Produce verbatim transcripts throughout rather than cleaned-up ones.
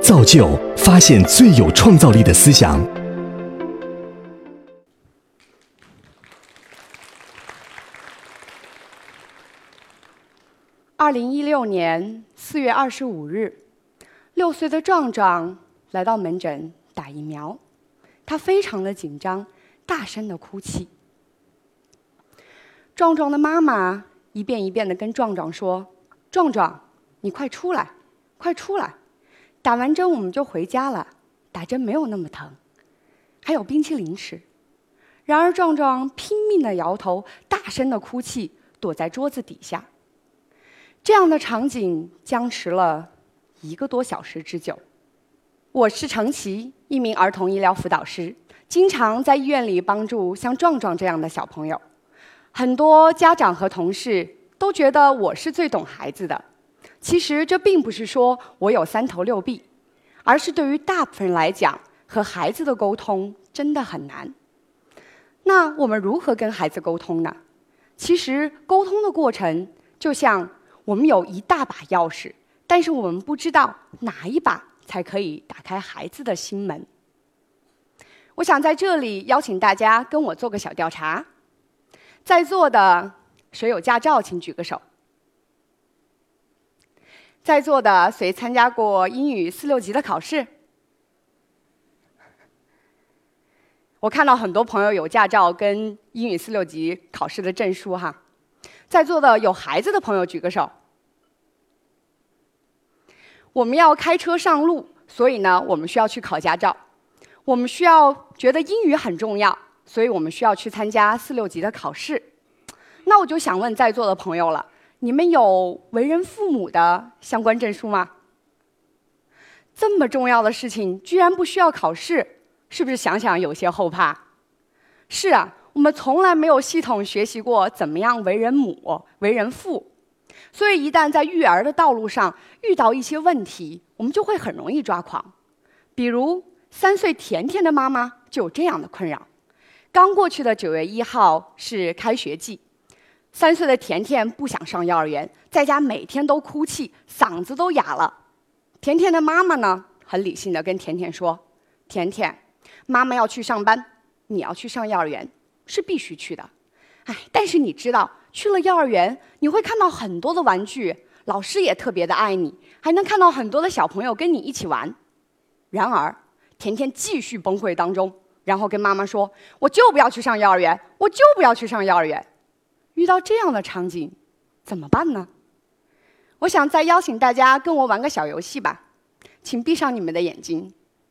造就发现最有创造力的思想。 二零一六年四月二十五日，六岁的壮壮来到门诊打疫苗，他非常的紧张，大声的哭泣。壮壮的妈妈一遍一遍的跟壮壮说：“壮壮，你快出来，快出来！打完针我们就回家了，打针没有那么疼，还有冰淇淋吃。”然而壮壮拼命的摇头，大声的哭泣，躲在桌子底下。这样的场景僵持了一个多小时之久。我是程琦，一名儿童医疗辅导师，经常在医院里帮助像壮壮这样的小朋友。很多家长和同事都觉得我是最懂孩子的。其实这并不是说我有三头六臂，而是对于大部分人来讲，和孩子的沟通真的很难。那我们如何跟孩子沟通呢？其实沟通的过程就像我们有一大把钥匙，但是我们不知道哪一把才可以打开孩子的心门。我想在这里邀请大家跟我做个小调查。在座的谁有驾照，请举个手。在座的谁参加过英语四六级的考试？我看到很多朋友有驾照跟英语四六级考试的证书哈。在座的有孩子的朋友举个手。我们要开车上路，所以呢，我们需要去考驾照。我们需要觉得英语很重要，所以我们需要去参加四六级的考试。那我就想问在座的朋友了，你们有为人父母的相关证书吗？这么重要的事情居然不需要考试，是不是想想有些后怕？是啊，我们从来没有系统学习过怎么样为人母、为人父，所以一旦在育儿的道路上遇到一些问题，我们就会很容易抓狂。比如三岁甜甜的妈妈就有这样的困扰。刚过去的九月一号是开学季，三岁的甜甜不想上幼儿园，在家每天都哭泣，嗓子都哑了。甜甜的妈妈呢，很理性的跟甜甜说：“甜甜，妈妈要去上班，你要去上幼儿园。”是必须去的，哎，但是你知道，去了幼儿园，你会看到很多的玩具，老师也特别的爱你，还能看到很多的小朋友跟你一起玩。然而，甜甜继续崩溃当中，然后跟妈妈说：“我就不要去上幼儿园，我就不要去上幼儿园。”遇到这样的场景，怎么办呢？我想再邀请大家跟我玩个小游戏吧，请闭上你们的眼睛。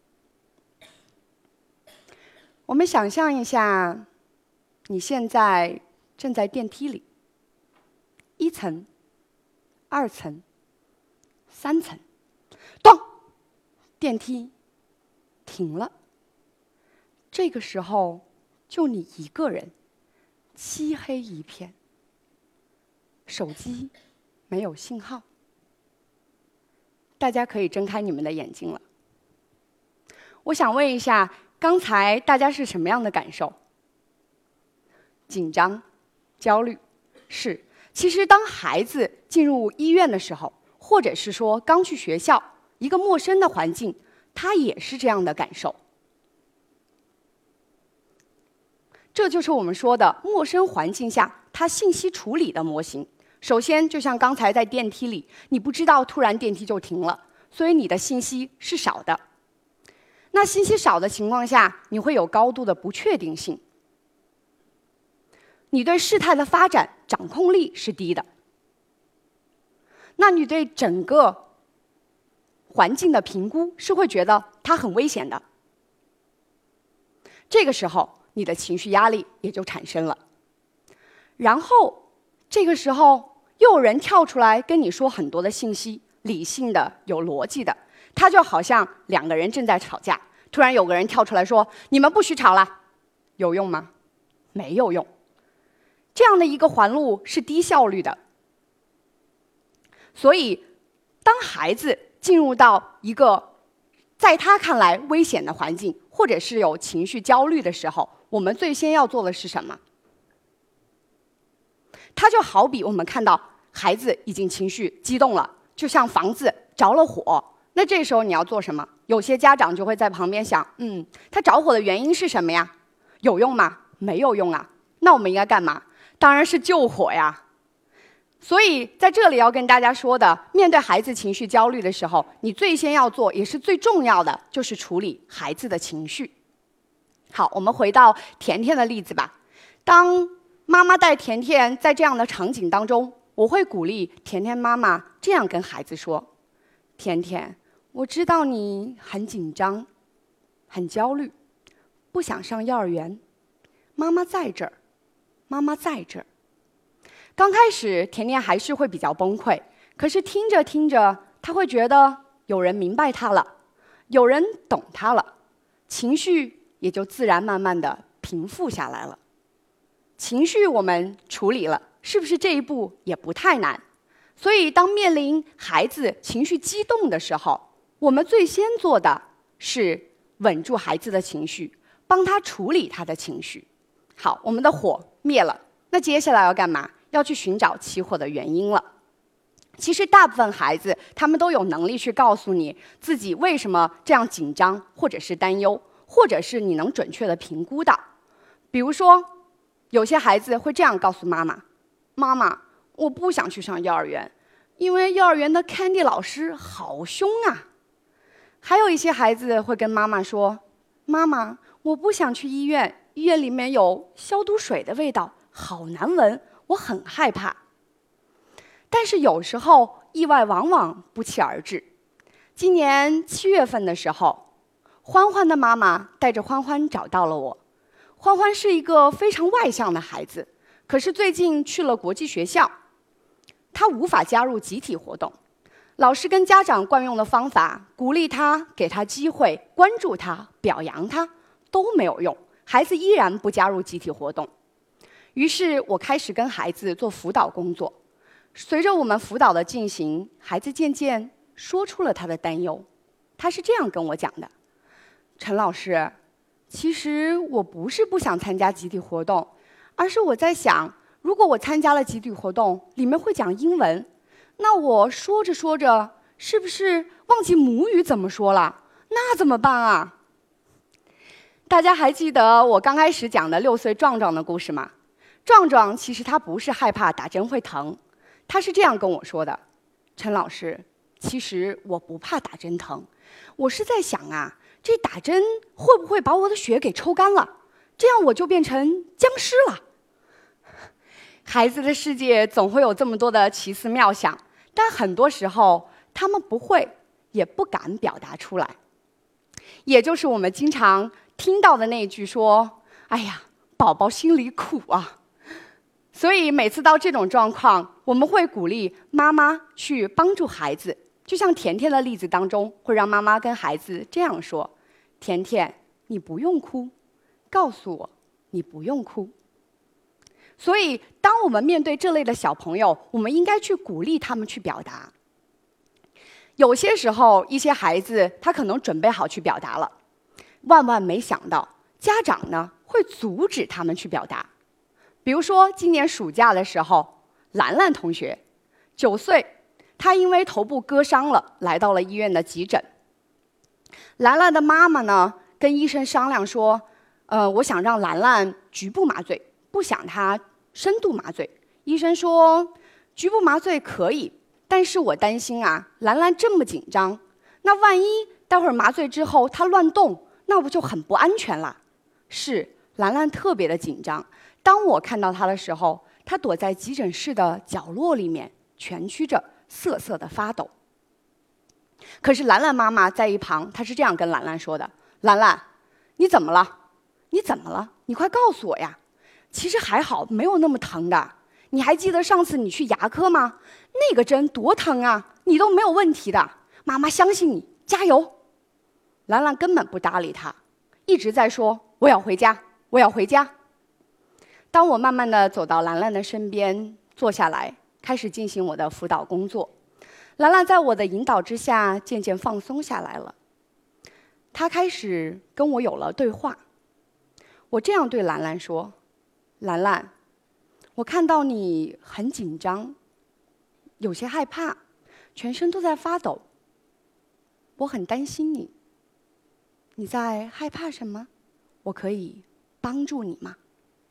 我们想象一下。你现在正在电梯里，一层、二层、三层，咚，电梯停了。这个时候，就你一个人，漆黑一片，手机没有信号。大家可以睁开你们的眼睛了。我想问一下，刚才大家是什么样的感受？紧张、焦虑，是。其实当孩子进入医院的时候，或者是说刚去学校，一个陌生的环境，他也是这样的感受。这就是我们说的陌生环境下他信息处理的模型。首先，就像刚才在电梯里，你不知道突然电梯就停了，所以你的信息是少的。那信息少的情况下，你会有高度的不确定性。你对事态的发展掌控力是低的，那你对整个环境的评估是会觉得它很危险的。这个时候，你的情绪压力也就产生了。然后，这个时候又有人跳出来跟你说很多的信息，理性的、有逻辑的，它就好像两个人正在吵架，突然有个人跳出来说：“你们不许吵了。”有用吗？没有用。这样的一个环路是低效率的。所以，当孩子进入到一个在他看来危险的环境，或者是有情绪焦虑的时候，我们最先要做的是什么？它就好比我们看到孩子已经情绪激动了，就像房子着了火， 那这时候你要做什么？有些家长就会在旁边想，嗯，他着火的原因是什么呀？有用吗？没有用啊。那我们应该干嘛？当然是救火呀。所以在这里要跟大家说的，面对孩子情绪焦虑的时候，你最先要做，也是最重要的，就是处理孩子的情绪。好，我们回到甜甜的例子吧。当妈妈带甜甜在这样的场景当中，我会鼓励甜甜妈妈这样跟孩子说：甜甜，我知道你很紧张，很焦虑，不想上幼儿园。妈妈在这儿，妈妈在这儿。刚开始，甜甜还是会比较崩溃，可是听着听着，她会觉得有人明白她了，有人懂她了，情绪也就自然慢慢的平复下来了。情绪我们处理了，是不是这一步也不太难？所以，当面临孩子情绪激动的时候，我们最先做的是稳住孩子的情绪，帮他处理他的情绪。好，我们的火灭了，那接下来要干嘛？要去寻找起火的原因了。其实，大部分孩子他们都有能力去告诉你自己为什么这样紧张，或者是担忧，或者是你能准确的评估到。比如说，有些孩子会这样告诉妈妈：妈妈，我不想去上幼儿园，因为幼儿园的 Candy 老师好凶啊。还有一些孩子会跟妈妈说：妈妈，我不想去医院，医院里面有消毒水的味道，好难闻，我很害怕。但是有时候意外往往不期而至。今年七月份的时候，欢欢的妈妈带着欢欢找到了我。欢欢是一个非常外向的孩子，可是最近去了国际学校，他无法加入集体活动。老师跟家长惯用的方法，鼓励他、给他机会、关注他、表扬他，都没有用，孩子依然不加入集体活动。于是我开始跟孩子做辅导工作。随着我们辅导的进行，孩子渐渐说出了他的担忧。他是这样跟我讲的：陈老师，其实我不是不想参加集体活动，而是我在想，如果我参加了集体活动，里面会讲英文，那我说着说着，是不是忘记母语怎么说了？那怎么办啊？大家还记得我刚开始讲的六岁壮壮的故事吗？壮壮其实他不是害怕打针会疼，他是这样跟我说的：陈老师，其实我不怕打针疼，我是在想啊，这打针会不会把我的血给抽干了？这样我就变成僵尸了。孩子的世界总会有这么多的奇思妙想，但很多时候他们不会，也不敢表达出来。也就是我们经常听到的那句说：哎呀，宝宝心里苦啊。所以每次到这种状况，我们会鼓励妈妈去帮助孩子。就像甜甜的例子当中，会让妈妈跟孩子这样说：甜甜，你不用哭，告诉我你不用哭。所以当我们面对这类的小朋友，我们应该去鼓励他们去表达。有些时候，一些孩子他可能准备好去表达了，万万没想到家长呢会阻止他们去表达。比如说今年暑假的时候，兰兰同学九岁，她因为头部割伤了，来到了医院的急诊。兰兰的妈妈呢跟医生商量说：呃，我想让兰兰局部麻醉，不想她深度麻醉。医生说局部麻醉可以，但是我担心啊，兰兰这么紧张，那万一待会儿麻醉之后她乱动，那不就很不安全了？是，兰兰特别的紧张。当我看到她的时候，她躲在急诊室的角落里面，蜷曲着，瑟瑟的发抖。可是兰兰妈妈在一旁，她是这样跟兰兰说的：兰兰，你怎么了？你怎么了？你快告诉我呀！其实还好，没有那么疼的。你还记得上次你去牙科吗？那个针多疼啊，你都没有问题的。妈妈相信你，加油！兰兰根本不搭理他，一直在说：我要回家，我要回家。当我慢慢的走到兰兰的身边，坐下来，开始进行我的辅导工作。兰兰在我的引导之下，渐渐放松下来了。她开始跟我有了对话。我这样对兰兰说：兰兰，我看到你很紧张，有些害怕，全身都在发抖。 我很担心你。你在害怕什么？我可以帮助你吗？”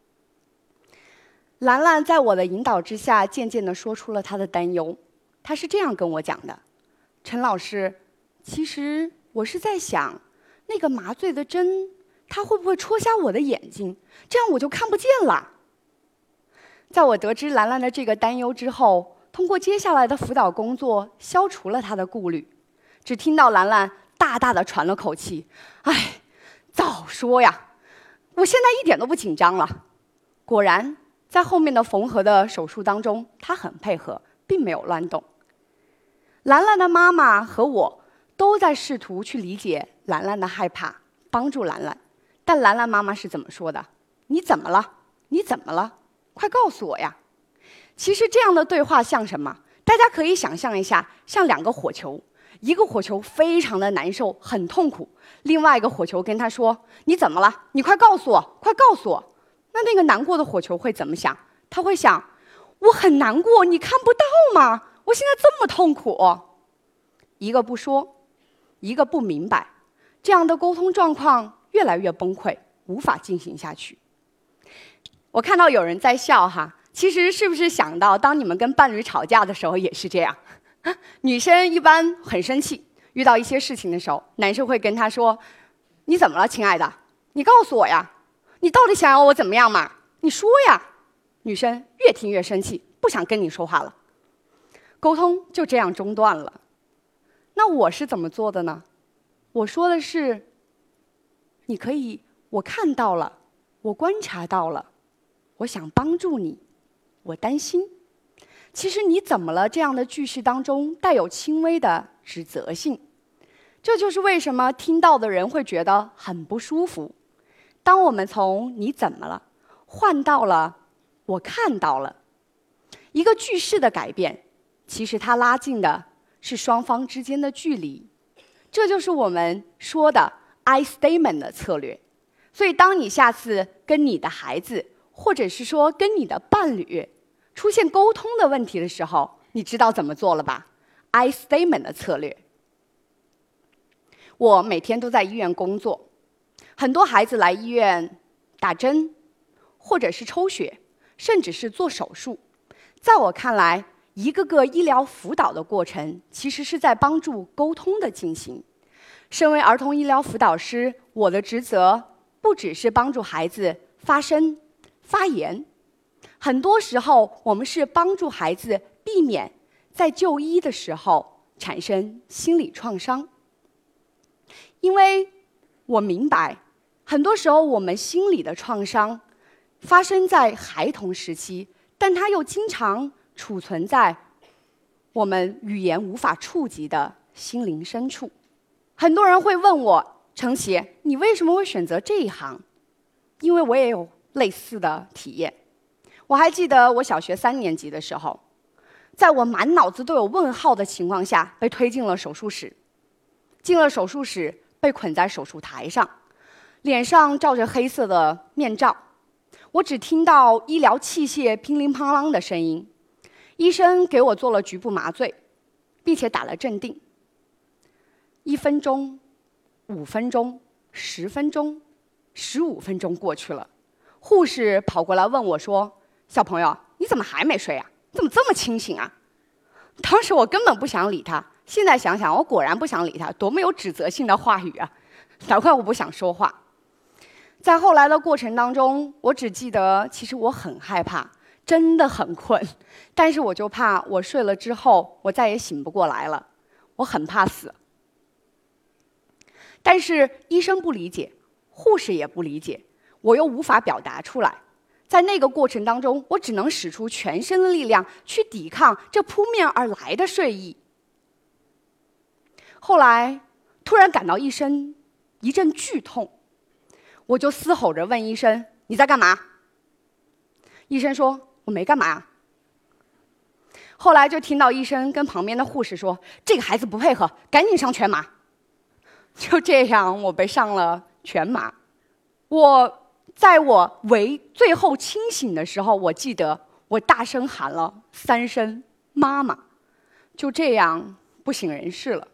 兰兰在我的引导之下，渐渐地说出了她的担忧。她是这样跟我讲的：“陈老师，其实我是在想，那个麻醉的针，它会不会戳瞎我的眼睛，这样我就看不见了。”在我得知兰兰的这个担忧之后，通过接下来的辅导工作，消除了她的顾虑。只听到兰兰大大的喘了口气：“哎，早说呀！我现在一点都不紧张了。”果然，在后面的缝合的手术当中，她很配合，并没有乱动。兰兰的妈妈和我都在试图去理解兰兰的害怕，帮助兰兰。但兰兰妈妈是怎么说的？“你怎么了？你怎么了？快告诉我呀！”其实这样的对话像什么？大家可以想象一下，像两个火球，一个火球非常的难受，很痛苦；另外一个火球跟他说：“你怎么了？你快告诉我，快告诉我。”那那个难过的火球会怎么想？他会想：“我很难过，你看不到吗？我现在这么痛苦。”一个不说，一个不明白，这样的沟通状况越来越崩溃，无法进行下去。我看到有人在笑哈，其实是不是想到当你们跟伴侣吵架的时候也是这样？女生一般很生气，遇到一些事情的时候，男生会跟她说：“你怎么了，亲爱的？你告诉我呀，你到底想要我怎么样嘛？你说呀。”女生越听越生气，不想跟你说话了，沟通就这样中断了。那我是怎么做的呢？我说的是：“你可以，我看到了，我观察到了，我想帮助你，我担心。”其实你怎么了这样的句式当中带有轻微的指责性，这就是为什么听到的人会觉得很不舒服。当我们从“你怎么了”换到了“我看到了”，一个句式的改变，其实它拉近的是双方之间的距离。这就是我们说的 I statement 的策略。所以当你下次跟你的孩子，或者是说跟你的伴侣出现沟通的问题的时候，你知道怎么做了吧？ I statement 的策略。我每天都在医院工作，很多孩子来医院打针，或者是抽血，甚至是做手术。在我看来，一个个医疗辅导的过程，其实是在帮助沟通的进行。身为儿童医疗辅导师，我的职责不只是帮助孩子发声、发言，很多时候我们是帮助孩子避免在就医的时候产生心理创伤。因为我明白，很多时候我们心理的创伤发生在孩童时期，但它又经常储存在我们语言无法触及的心灵深处。很多人会问我：“程琦，你为什么会选择这一行？”因为我也有类似的体验。我还记得我小学三年级的时候，在我满脑子都有问号的情况下，被推进了手术室。进了手术室，被捆在手术台上，脸上罩着黑色的面罩。我只听到医疗器械乒铃乓啷的声音。医生给我做了局部麻醉，并且打了镇定。一分钟、五分钟、十分钟、十五分钟过去了，护士跑过来问我说：“小朋友，你怎么还没睡啊？你怎么这么清醒啊？”当时我根本不想理他，现在想想，我果然不想理他，多么有指责性的话语啊！难怪我不想说话。在后来的过程当中，我只记得，其实我很害怕，真的很困，但是我就怕我睡了之后，我再也醒不过来了，我很怕死。但是医生不理解，护士也不理解，我又无法表达出来。在那个过程当中，我只能使出全身的力量去抵抗这扑面而来的睡意。后来突然感到一身一阵剧痛，我就嘶吼着问医生：“你在干嘛？”医生说：“我没干嘛。”后来就听到医生跟旁边的护士说：“这个孩子不配合，赶紧上全麻。”就这样，我被上了全麻。我在我为最后清醒的时候，我记得我大声喊了三声“妈妈”，就这样不省人事了。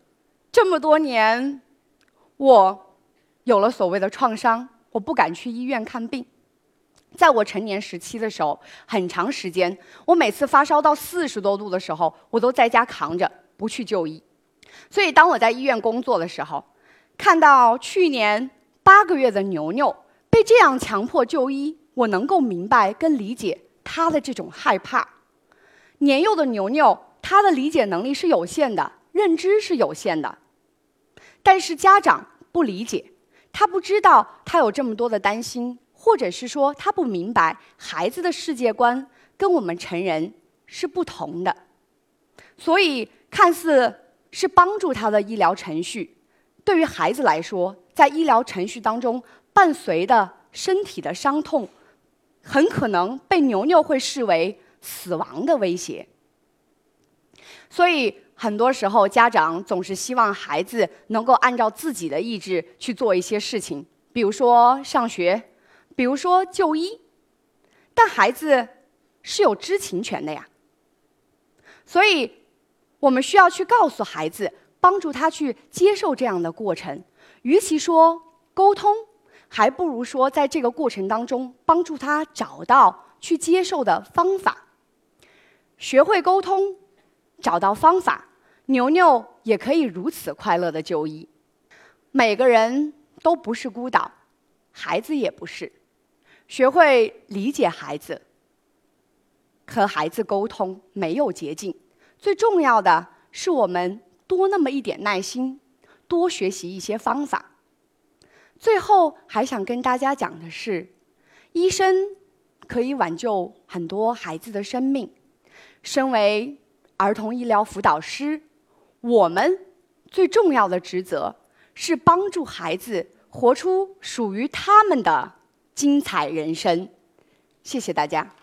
这么多年，我有了所谓的创伤，我不敢去医院看病。在我成年时期的时候，很长时间，我每次发烧到四十多度的时候，我都在家扛着，不去就医。所以，当我在医院工作的时候，看到去年八个月的牛牛被这样强迫就医，我能够明白跟理解他的这种害怕。年幼的牛牛，他的理解能力是有限的，认知是有限的，但是家长不理解，他不知道他有这么多的担心，或者是说他不明白孩子的世界观跟我们成人是不同的，所以看似是帮助他的医疗程序，对于孩子来说，在医疗程序当中伴随的身体的伤痛，很可能被牛牛会视为死亡的威胁。所以很多时候家长总是希望孩子能够按照自己的意志去做一些事情，比如说上学，比如说就医，但孩子是有知情权的呀。所以我们需要去告诉孩子，帮助他去接受这样的过程。与其说沟通，还不如说在这个过程当中帮助他找到去接受的方法。学会沟通，找到方法，牛牛也可以如此快乐的就医。每个人都不是孤岛，孩子也不是。学会理解孩子，和孩子沟通没有捷径，最重要的是我们多那么一点耐心，多学习一些方法。最后还想跟大家讲的是，医生可以挽救很多孩子的生命。身为儿童医疗辅导师，我们最重要的职责是帮助孩子活出属于他们的精彩人生。谢谢大家。